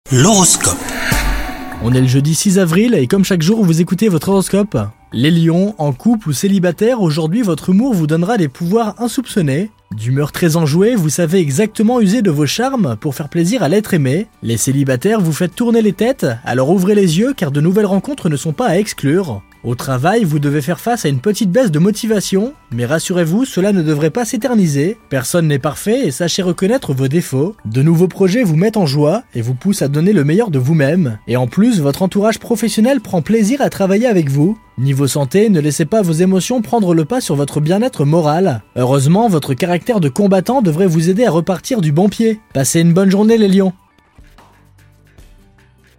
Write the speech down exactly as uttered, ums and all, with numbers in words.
L'horoscope. On est le jeudi six avril et comme chaque jour vous écoutez votre horoscope. Les lions, en couple ou célibataire, aujourd'hui votre humour vous donnera des pouvoirs insoupçonnés. D'humeur très enjouée, vous savez exactement user de vos charmes pour faire plaisir à l'être aimé. Les célibataires, vous faites tourner les têtes, alors ouvrez les yeux car de nouvelles rencontres ne sont pas à exclure. Au travail, vous devez faire face à une petite baisse de motivation, mais rassurez-vous, cela ne devrait pas s'éterniser. Personne n'est parfait et sachez reconnaître vos défauts. De nouveaux projets vous mettent en joie et vous poussent à donner le meilleur de vous-même. Et en plus, votre entourage professionnel prend plaisir à travailler avec vous. Niveau santé, ne laissez pas vos émotions prendre le pas sur votre bien-être moral. Heureusement, votre caractère de combattant devrait vous aider à repartir du bon pied. Passez une bonne journée les lions.